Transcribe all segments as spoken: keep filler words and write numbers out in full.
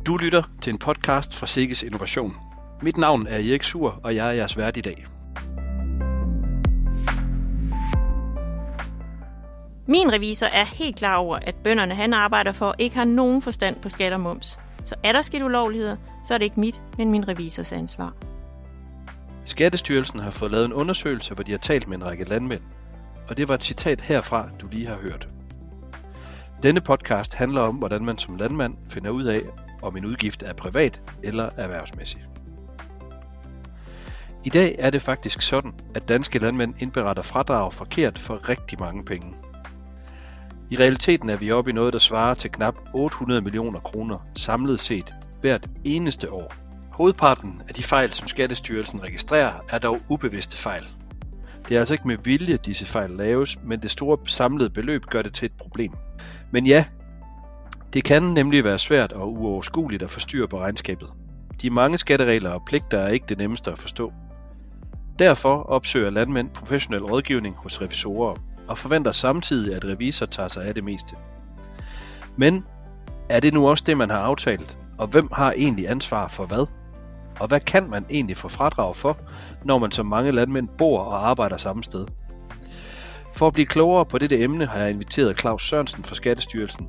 Du lytter til en podcast fra Sikkes Innovation. Mit navn er Erik Suhr, og jeg er jeres vært i dag. Min revisor er helt klar over, at bønderne han arbejder for ikke har nogen forstand på skat og moms. Så er der sket ulovligheder, så er det ikke mit, men min revisors ansvar. Skattestyrelsen har fået lavet en undersøgelse, hvor de har talt med en række landmænd. Og det var et citat herfra, du lige har hørt. Denne podcast handler om, hvordan man som landmand finder ud af, om en udgift er privat eller erhvervsmæssig. I dag er det faktisk sådan, at danske landmænd indberetter fradrag forkert for rigtig mange penge. I realiteten er vi oppe i noget, der svarer til knap otte hundrede millioner kroner samlet set hvert eneste år. Hovedparten af de fejl, som Skattestyrelsen registrerer, er dog ubevidste fejl. Det er altså ikke med vilje, disse fejl laves, men det store samlede beløb gør det til et problem. Men ja, det kan nemlig være svært og uoverskueligt at få styr på regnskabet. De mange skatteregler og pligter er ikke det nemmeste at forstå. Derfor opsøger landmænd professionel rådgivning hos revisorer og forventer samtidig, at revisor tager sig af det meste. Men er det nu også det, man har aftalt? Og hvem har egentlig ansvar for hvad? Og hvad kan man egentlig få fradrag for, når man som mange landmænd bor og arbejder samme sted? For at blive klogere på dette emne har jeg inviteret Claus Sørensen fra Skattestyrelsen.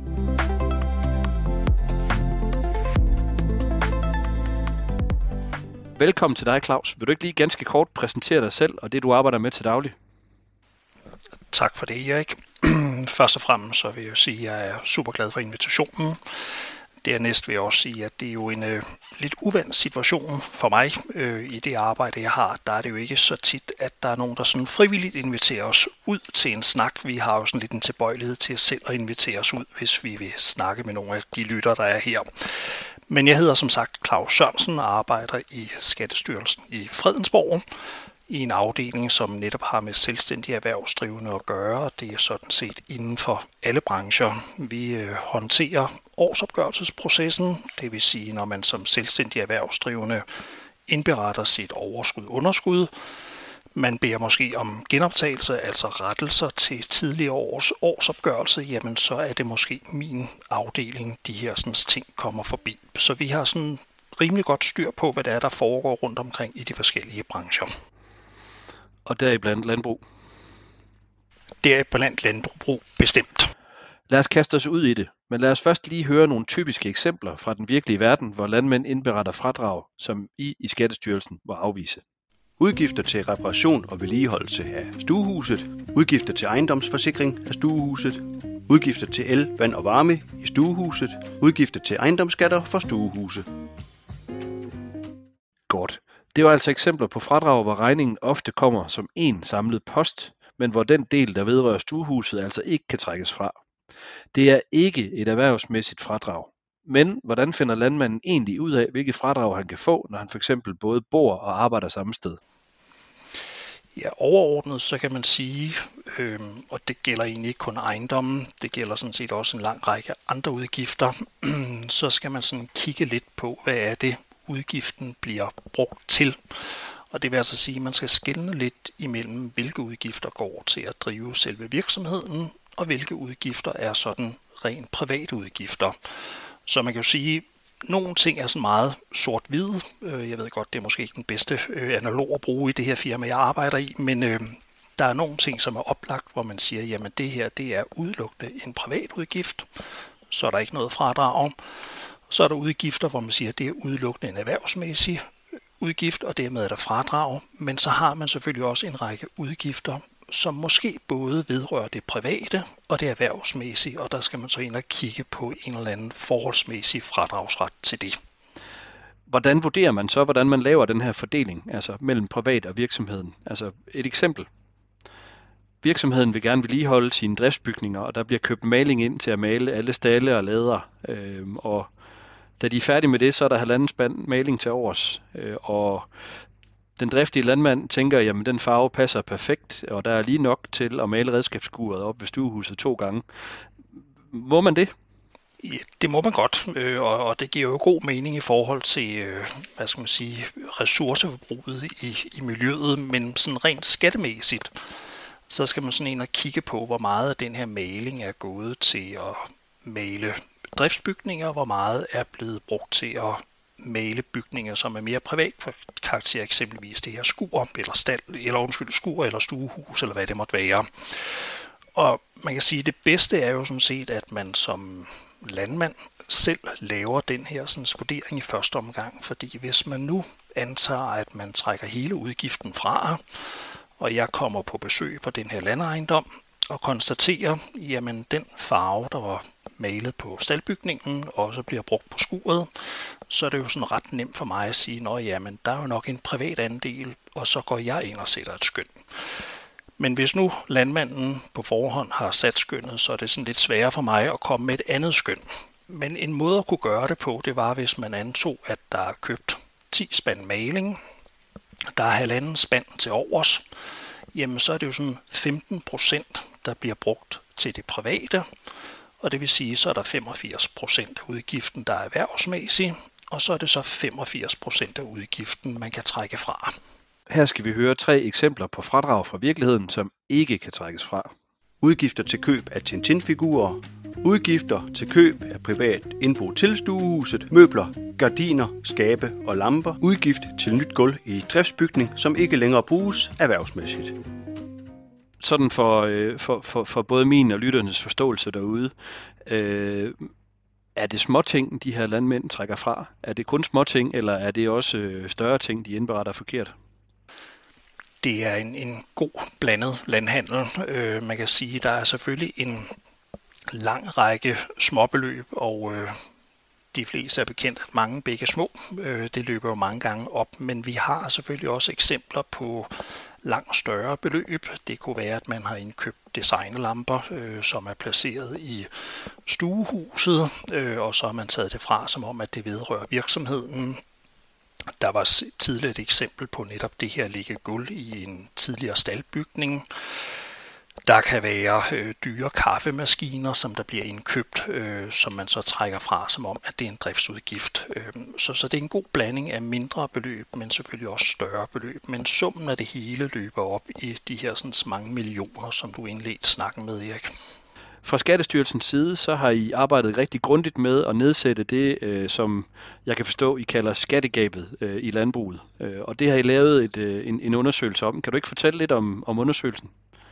Velkommen til dig, Claus. Vil du ikke lige ganske kort præsentere dig selv og det, du arbejder med til daglig? Tak for det, Erik. Først og fremmest så vil jeg sige, at jeg er super glad for invitationen. Dernæst vil jeg også sige, at det er jo en øh, lidt uvandt situation for mig øh, i det arbejde, jeg har. Der er det jo ikke så tit, at der er nogen, der sådan frivilligt inviterer os ud til en snak. Vi har jo sådan lidt en tilbøjelighed til selv at invitere os ud, hvis vi vil snakke med nogle af de lytter, der er her. Men jeg hedder som sagt Claus Sørensen og arbejder i Skattestyrelsen i Fredensborg i en afdeling, som netop har med selvstændige erhvervsdrivende at gøre, og det er sådan set inden for alle brancher. Vi øh, håndterer årsopgørelsesprocessen, det vil sige, når man som selvstændig erhvervsdrivende indberetter sit overskud-underskud. Man beder måske om genoptagelse, altså rettelser til tidligere års årsopgørelse, jamen så er det måske min afdeling, de her sådan, ting kommer forbi. Så vi har sådan rimelig godt styr på, hvad der er, der foregår rundt omkring i de forskellige brancher. Og deriblandt landbrug? Deriblandt landbrug, bestemt. Lad os kaste os ud i det, men lad os først lige høre nogle typiske eksempler fra den virkelige verden, hvor landmænd indberetter fradrag, som I i Skattestyrelsen må afvise. Udgifter til reparation og vedligeholdelse af stuehuset, udgifter til ejendomsforsikring af stuehuset, udgifter til el, vand og varme i stuehuset, udgifter til ejendomsskatter for stuehuse. Godt. Det var altså eksempler på fradrag, hvor regningen ofte kommer som en samlet post, men hvor den del, der vedrører stuehuset, altså ikke kan trækkes fra. Det er ikke et erhvervsmæssigt fradrag. Men hvordan finder landmanden egentlig ud af, hvilket fradrag han kan få, når han for eksempel både bor og arbejder samme sted? Ja, overordnet så kan man sige, øh, og det gælder egentlig ikke kun ejendommen, det gælder sådan set også en lang række andre udgifter, så skal man sådan kigge lidt på, hvad er det, udgiften bliver brugt til. Og det vil altså sige, at man skal skelne lidt imellem, hvilke udgifter går til at drive selve virksomheden, og hvilke udgifter er sådan rent private udgifter. Så man kan jo sige, at nogle ting er sådan meget sort-hvide. Jeg ved godt, det er måske ikke den bedste analog at bruge i det her firma, jeg arbejder i, men øh, der er nogle ting, som er oplagt, hvor man siger, jamen det her det er udelukkende en privat udgift, så er der ikke noget fradrag. Så er der udgifter, hvor man siger, at det er udelukkende en erhvervsmæssig udgift, og dermed er der fradrag. Men så har man selvfølgelig også en række udgifter, som måske både vedrører det private og det erhvervsmæssige, og der skal man så ind og kigge på en eller anden forholdsmæssig fradragsret til det. Hvordan vurderer man så, hvordan man laver den her fordeling, altså mellem privat og virksomheden? Altså et eksempel. Virksomheden vil gerne vedligeholde sine driftsbygninger, og der bliver købt maling ind til at male alle stalle og lader. Øhm, og da de er færdige med det, så er der halvanden spand maling til overs. Øh, og den driftige landmand tænker, jamen den farve passer perfekt, og der er lige nok til at male redskabsskuret op ved stuehuset to gange. Må man det? Ja, det må man godt, øh, og det giver jo god mening i forhold til, øh, hvad skal man sige, ressourceforbruget i, i miljøet, men sådan rent skattemæssigt, så skal man sådan ind og kigge på, hvor meget af den her maling er gået til at male driftsbygninger, og hvor meget er blevet brugt til at male bygninger, som er mere privat karakter, eksempelvis det her skur, eller stald, eller undskyld, skur, eller stuehus, eller hvad det måtte være. Og man kan sige, at det bedste er jo sådan set, at man som landmand selv laver den her sådan, vurdering i første omgang, fordi hvis man nu antager, at man trækker hele udgiften fra, og jeg kommer på besøg på den her landejendom, og konstaterer, jamen den farve, der var malet på staldbygningen, også bliver brugt på skuret, så er det jo sådan ret nemt for mig at sige, nå jamen, der er jo nok en privat andel, og så går jeg ind og sætter et skøn. Men hvis nu landmanden på forhånd har sat skønnet, så er det sådan lidt sværere for mig at komme med et andet skøn. Men en måde at kunne gøre det på, det var, hvis man antog, at der er købt ti spand maling, der er halvanden spand til overs, jamen så er det jo sådan femten procent, der bliver brugt til det private, og det vil sige, så er der femogfirs procent af udgiften, der er erhvervsmæssig, og så er det så femogfirs procent af udgiften, man kan trække fra. Her skal vi høre tre eksempler på fradrag fra virkeligheden, som ikke kan trækkes fra. Udgifter til køb af Tintin-figurer, udgifter til køb af privat indbo til stuehuset, møbler, gardiner, skabe og lamper, udgift til nyt gulv i driftsbygning, som ikke længere bruges erhvervsmæssigt. Sådan for, for, for, for både min og lytternes forståelse derude, øh, er det småting, de her landmænd trækker fra? Er det kun småting, eller er det også større ting, de indberetter forkert? Det er en, en god blandet landhandel. Øh, man kan sige, der er selvfølgelig en lang række småbeløb, og øh, de fleste er bekendt, at mange begge små. Øh, det løber jo mange gange op, men vi har selvfølgelig også eksempler på langt større beløb. Det kunne være, at man har indkøbt designlamper, øh, som er placeret i stuehuset, øh, og så har man taget det fra, som om, at det vedrører virksomheden. Der var tidligere et eksempel på netop det her ligge gulv i en tidligere staldbygning. Der kan være øh, dyre kaffemaskiner, som der bliver indkøbt, øh, som man så trækker fra, som om, at det er en driftsudgift. Øh, så, så det er en god blanding af mindre beløb, men selvfølgelig også større beløb. Men summen af det hele løber op i de her sådan, mange millioner, som du indledte snakken med, Erik. Fra Skattestyrelsens side, så har I arbejdet rigtig grundigt med at nedsætte det, øh, som jeg kan forstå, I kalder skattegabet øh, i landbruget. Øh, og det har I lavet et, øh, en, en undersøgelse om. Kan du ikke fortælle lidt om, om undersøgelsen?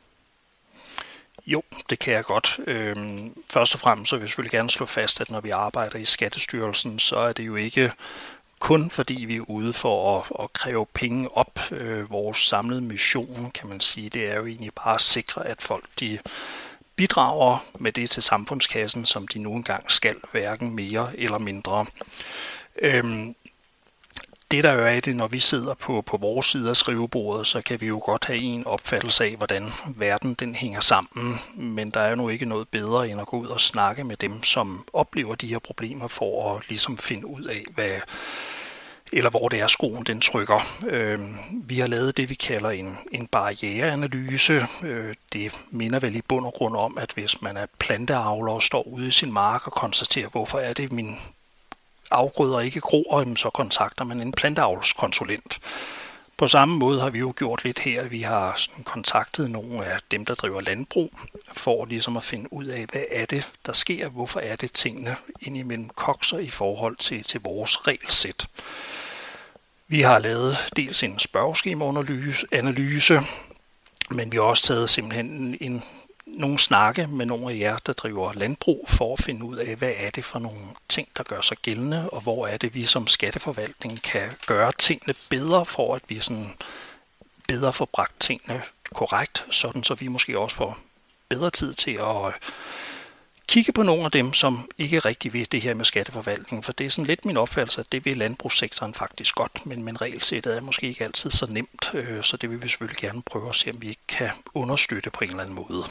Jo, det kan jeg godt. Øhm, først og fremmest så vil jeg selvfølgelig gerne slå fast, at når vi arbejder i Skattestyrelsen, så er det jo ikke kun fordi vi er ude for at, at kræve penge op. Øh, vores samlede mission, kan man sige, det er jo egentlig bare at sikre, at folk de bidrager med det til samfundskassen, som de nu engang skal, hverken mere eller mindre. Øhm, Det der jo er det, når vi sidder på, på vores side af skrivebordet, så kan vi jo godt have en opfattelse af, hvordan verden den hænger sammen. Men der er jo nu ikke noget bedre end at gå ud og snakke med dem, som oplever de her problemer, for at ligesom finde ud af, hvad, eller hvor det er skoen den trykker. Øh, vi har lavet det, vi kalder en, en barriereanalyse. Øh, det minder vel i bund og grund om, at hvis man er planteavler og står ude i sin mark og konstaterer, hvorfor er det min afgrøder ikke gror, så kontakter man en planteavlskonsulent. På samme måde har vi jo gjort lidt her. Vi har sådan kontaktet nogle af dem, der driver landbrug, for ligesom at finde ud af, hvad er det, der sker, hvorfor er det tingene indimellem kokser i forhold til, til vores regelsæt. Vi har lavet dels en spørgeskemaanalyse, men vi har også taget simpelthen en nogle snakke med nogle af jer, der driver landbrug, for at finde ud af, hvad er det for nogle ting, der gør sig gældende, og hvor er det, vi som skatteforvaltning kan gøre tingene bedre, for at vi sådan bedre får bragt tingene korrekt, sådan så vi måske også får bedre tid til at kigge på nogle af dem, som ikke rigtig vil det her med skatteforvaltning, for det er sådan lidt min opfattelse, at det vil landbrugssektoren faktisk godt, men, men regelsættet er måske ikke altid så nemt, så det vil vi selvfølgelig gerne prøve at se, om vi ikke kan understøtte på en eller anden måde.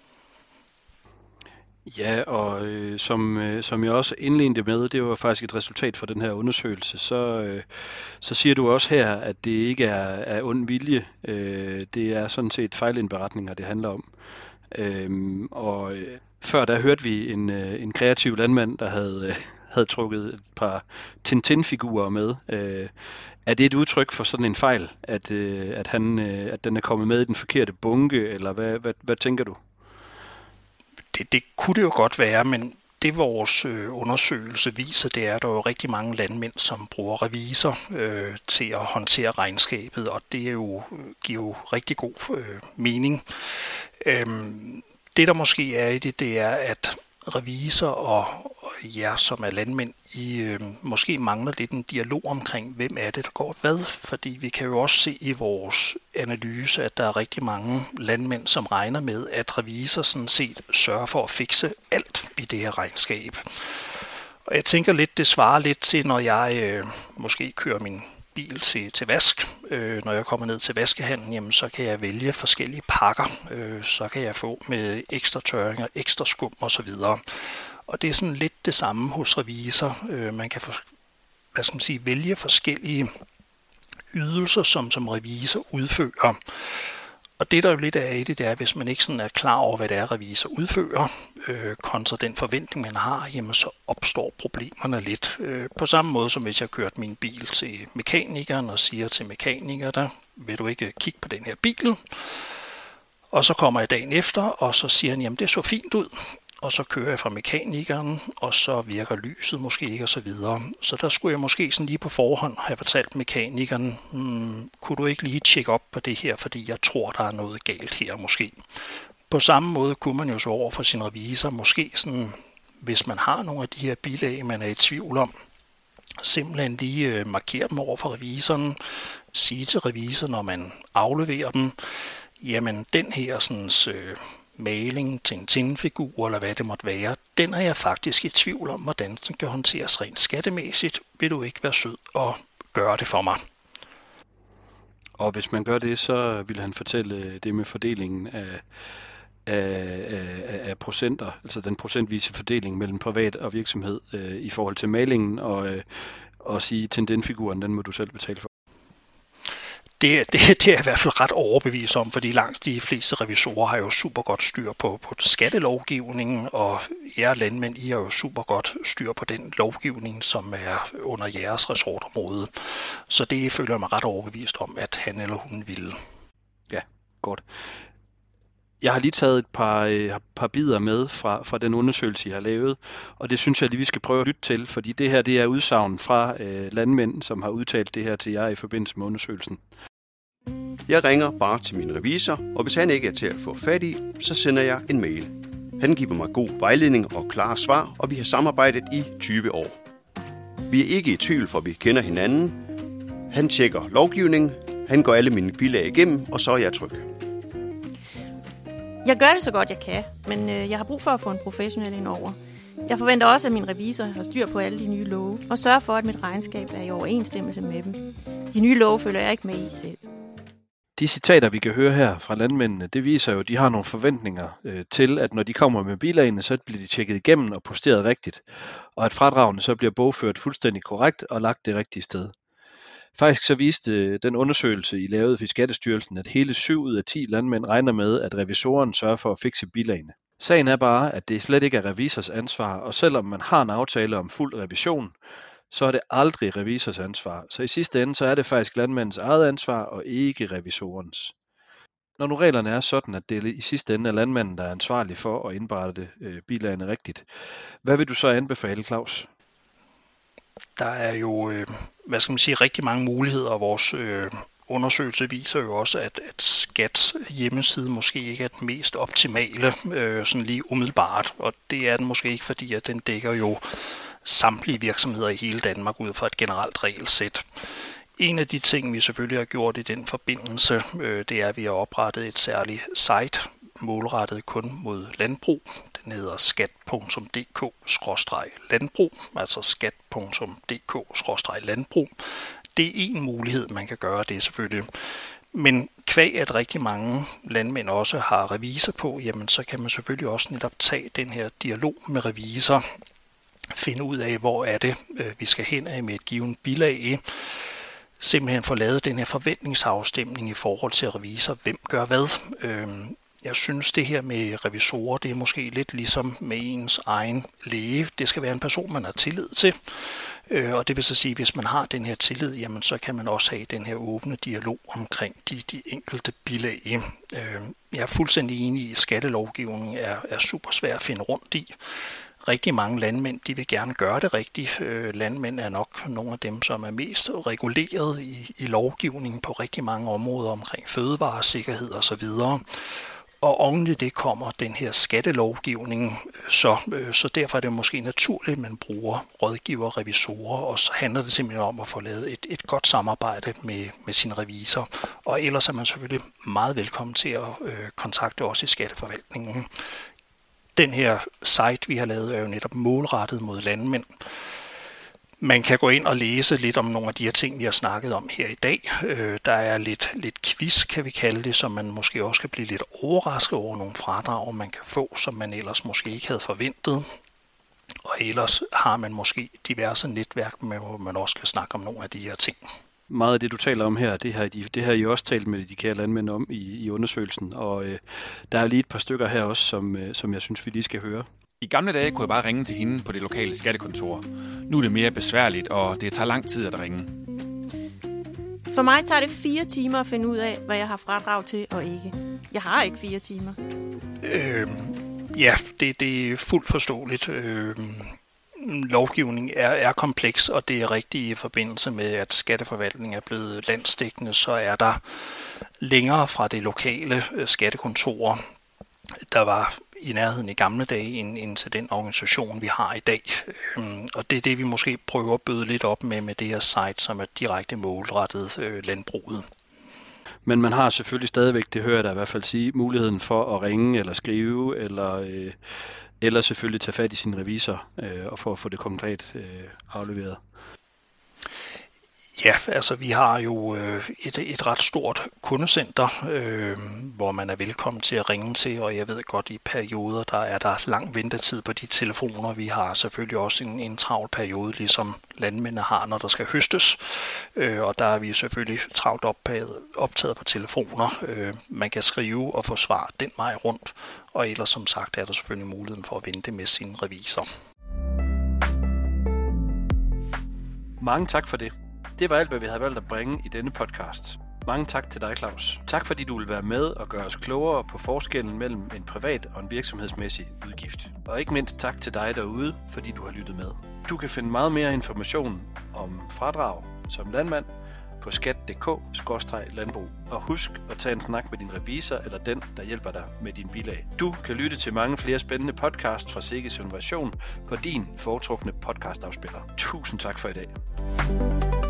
Ja, og øh, som, øh, som jeg også indledte med, det var faktisk et resultat for den her undersøgelse, så, øh, så siger du også her, at det ikke er, er ond vilje. Øh, det er sådan set fejlindberetninger, det handler om. Øh, og øh, før der hørte vi en, øh, en kreativ landmand, der havde, øh, havde trukket et par Tintin-figurer med. Øh, er det et udtryk for sådan en fejl, at, øh, at, han, øh, at den er kommet med i den forkerte bunke, eller hvad, hvad, hvad tænker du? Det, det kunne det jo godt være, men det vores øh, undersøgelse viser, det er, at der er jo rigtig mange landmænd, som bruger revisor øh, til at håndtere regnskabet, og det er jo, giver jo rigtig god øh, mening. Øhm, det der måske er i det, det er, at revisor og, og jer, som er landmænd, I øh, måske mangler lidt en dialog omkring, hvem er det, der går hvad. Fordi vi kan jo også se i vores analyse, at der er rigtig mange landmænd, som regner med, at revisor sådan set sørger for at fikse alt i det her regnskab. Og jeg tænker lidt, det svarer lidt til, når jeg øh, måske kører min bil til, til vask. Øh, når jeg kommer ned til vaskehandlen, jamen, så kan jeg vælge forskellige pakker. Øh, så kan jeg få med ekstra tørringer, ekstra skum osv. Og det er sådan lidt det samme hos revisor. Øh, man kan for, hvad skal man sige, vælge forskellige ydelser, som som revisor udfører. Og det der jo lidt er i det, det er, hvis man ikke sådan er klar over, hvad det er, revisor udfører, øh, kontra den forventning, man har, jamen så opstår problemerne lidt. Øh, på samme måde som hvis jeg kørte min bil til mekanikeren og siger til mekanikeren, der vil du ikke kigge på den her bil? Og så kommer jeg dagen efter, og så siger han, jamen det så fint ud. Og så kører jeg fra mekanikeren, og så virker lyset måske ikke, og så videre. Så der skulle jeg måske sådan lige på forhånd have fortalt mekanikeren, hmm, kunne du ikke lige tjekke op på det her, fordi jeg tror, der er noget galt her måske. På samme måde kunne man jo så over for sin revisor, måske sådan, hvis man har nogle af de her bilag, man er i tvivl om, simpelthen lige markere dem over for revisoren, sige til revisoren, når man afleverer dem, jamen den her sådan, øh, maling til en tinfigur, eller hvad det måtte være, den er jeg faktisk i tvivl om, hvordan den kan håndteres rent skattemæssigt. Vil du ikke være sød og gøre det for mig? Og hvis man gør det, så vil han fortælle det med fordelingen af, af, af, af procenter, altså den procentvise fordeling mellem privat og virksomhed øh, i forhold til malingen, og, øh, og sige til den figuren, den må du selv betale for. Det, det, det er jeg i hvert fald ret overbevist om, fordi langt de fleste revisorer har jo super godt styr på, på skattelovgivningen, og jer landmænd, I har jo super godt styr på den lovgivning, som er under jeres resortområde. Så det føler jeg mig ret overbevist om, at han eller hun ville. Ja, godt. Jeg har lige taget et par, øh, par bidder med fra, fra den undersøgelse, jeg har lavet, og det synes jeg lige, vi skal prøve at lytte til, fordi det her det er udsagn fra øh, landmænd, som har udtalt det her til jer i forbindelse med undersøgelsen. Jeg ringer bare til min revisor, og hvis han ikke er til at få fat i, så sender jeg en mail. Han giver mig god vejledning og klare svar, og vi har samarbejdet i tyve år. Vi er ikke i tvivl, for vi kender hinanden. Han tjekker lovgivningen, han går alle mine bilag igennem, og så er jeg tryg. Jeg gør det så godt jeg kan, men øh, jeg har brug for at få en professionel ind over. Jeg forventer også, at min revisor har styr på alle de nye love, og sørger for, at mit regnskab er i overensstemmelse med dem. De nye love følger jeg ikke med i selv. De citater, vi kan høre her fra landmændene, det viser jo, at de har nogle forventninger øh, til, at når de kommer med bilagene, så bliver de tjekket igennem og posteret rigtigt, og at fradragene så bliver bogført fuldstændig korrekt og lagt det rigtige sted. Faktisk så viste den undersøgelse, I lavede i Skattestyrelsen, at hele syv ud af ti landmænd regner med, at revisoren sørger for at fikse bilagene. Sagen er bare, at det slet ikke er revisors ansvar, og selvom man har en aftale om fuld revision, så er det aldrig revisors ansvar. Så i sidste ende, så er det faktisk landmandens eget ansvar, og ikke revisorens. Når nu reglerne er sådan, at det i sidste ende er landmanden, der er ansvarlig for at indberette øh, bilagene rigtigt, hvad vil du så anbefale, Claus? Der er jo, øh, hvad skal man sige, rigtig mange muligheder, og vores øh, undersøgelse viser jo også, at, at Skats hjemmeside måske ikke er den mest optimale, øh, sådan lige umiddelbart, og det er den måske ikke, fordi at den dækker jo samtlige virksomheder i hele Danmark ud fra et generelt regelsæt. En af de ting, vi selvfølgelig har gjort i den forbindelse, øh, det er, at vi har oprettet et særligt site, målrettet kun mod landbrug. Den hedder skat punktum d k skråstreg landbrug, altså skat punktum d k skråstreg landbrug. Det er en mulighed, man kan gøre det selvfølgelig. Men kvæg at rigtig mange landmænd også har revisor på, jamen så kan man selvfølgelig også netop tage den her dialog med revisor, finde ud af, hvor er det, vi skal hen af med et givet bilag, simpelthen få lavet den her forventningsafstemning i forhold til revisor, hvem gør hvad. Jeg synes, det her med revisorer, det er måske lidt ligesom med ens egen læge. Det skal være en person, man har tillid til. Og det vil så sige, at hvis man har den her tillid, jamen, så kan man også have den her åbne dialog omkring de, de enkelte bilag. Jeg er fuldstændig enig i, at skattelovgivningen er, er super svær at finde rundt i. rigtig mange landmænd, de vil gerne gøre det rigtigt. Øh, landmænd er nok nogle af dem, som er mest reguleret i, i lovgivningen på rigtig mange områder omkring fødevaresikkerhed osv. Og oven i det kommer den her skattelovgivning, så, øh, så derfor er det måske naturligt, at man bruger rådgiver og revisorer, og så handler det simpelthen om at få lavet et, et godt samarbejde med, med sin revisor. Og ellers er man selvfølgelig meget velkommen til at øh, kontakte os i Skatteforvaltningen. Den her site, vi har lavet, er jo netop målrettet mod landmænd. Man kan gå ind og læse lidt om nogle af de her ting, vi har snakket om her i dag. Øh, der er lidt, lidt quiz, kan vi kalde det, så man måske også kan blive lidt overrasket over nogle fradrag, man kan få, som man ellers måske ikke havde forventet. Og ellers har man måske diverse netværk, hvor man også kan snakke om nogle af de her ting. Meget af det, du taler om her, det har, de, det har I også talt med de kære landmænd om i, i undersøgelsen, og øh, der er lige et par stykker her også, som, øh, som jeg synes, vi lige skal høre. I gamle dage kunne jeg bare ringe til hende på det lokale skattekontor. Nu er det mere besværligt, og det tager lang tid at ringe. For mig tager det fire timer at finde ud af, hvad jeg har fradrag til og ikke. Jeg har ikke fire timer. Øh, ja, det, det er fuldt forståeligt. Øh, lovgivning er, er kompleks, og det er rigtigt i forbindelse med, at skatteforvaltningen er blevet landsdækkende, så er der længere fra det lokale skattekontor, der var i nærheden i gamle dage end, end til den organisation, vi har i dag. Øhm, og det er det, vi måske prøver at bøde lidt op med med det her site, som er direkte målrettet øh, landbruget. Men man har selvfølgelig stadigvæk, det hører jeg da i hvert fald sige, muligheden for at ringe eller skrive, eller, øh, eller selvfølgelig tage fat i sin revisor øh, og for at få det konkret øh, afleveret. Ja, altså vi har jo øh, et, et ret stort kundecenter, øh, hvor man er velkommen til at ringe til, og jeg ved godt, i perioder, der er der lang ventetid på de telefoner. Vi har selvfølgelig også en, en travl periode, ligesom landmændene har, når der skal høstes, øh, og der er vi selvfølgelig travlt optaget, optaget på telefoner. Øh, man kan skrive og få svar den vej rundt, og ellers som sagt er der selvfølgelig muligheden for at vente med sin revisor. Mange tak for det. Det var alt, hvad vi havde valgt at bringe i denne podcast. Mange tak til dig, Claus. Tak fordi du vil være med og gøre os klogere på forskellen mellem en privat og en virksomhedsmæssig udgift. Og ikke mindst tak til dig derude, fordi du har lyttet med. Du kan finde meget mere information om fradrag som landmand på skat punktum d k skråstreg landbrug. Og husk at tage en snak med din revisor eller den, der hjælper dig med din bilag. Du kan lytte til mange flere spændende podcasts fra Sikkes Innovation på din foretrukne podcastafspiller. Tusind tak for i dag.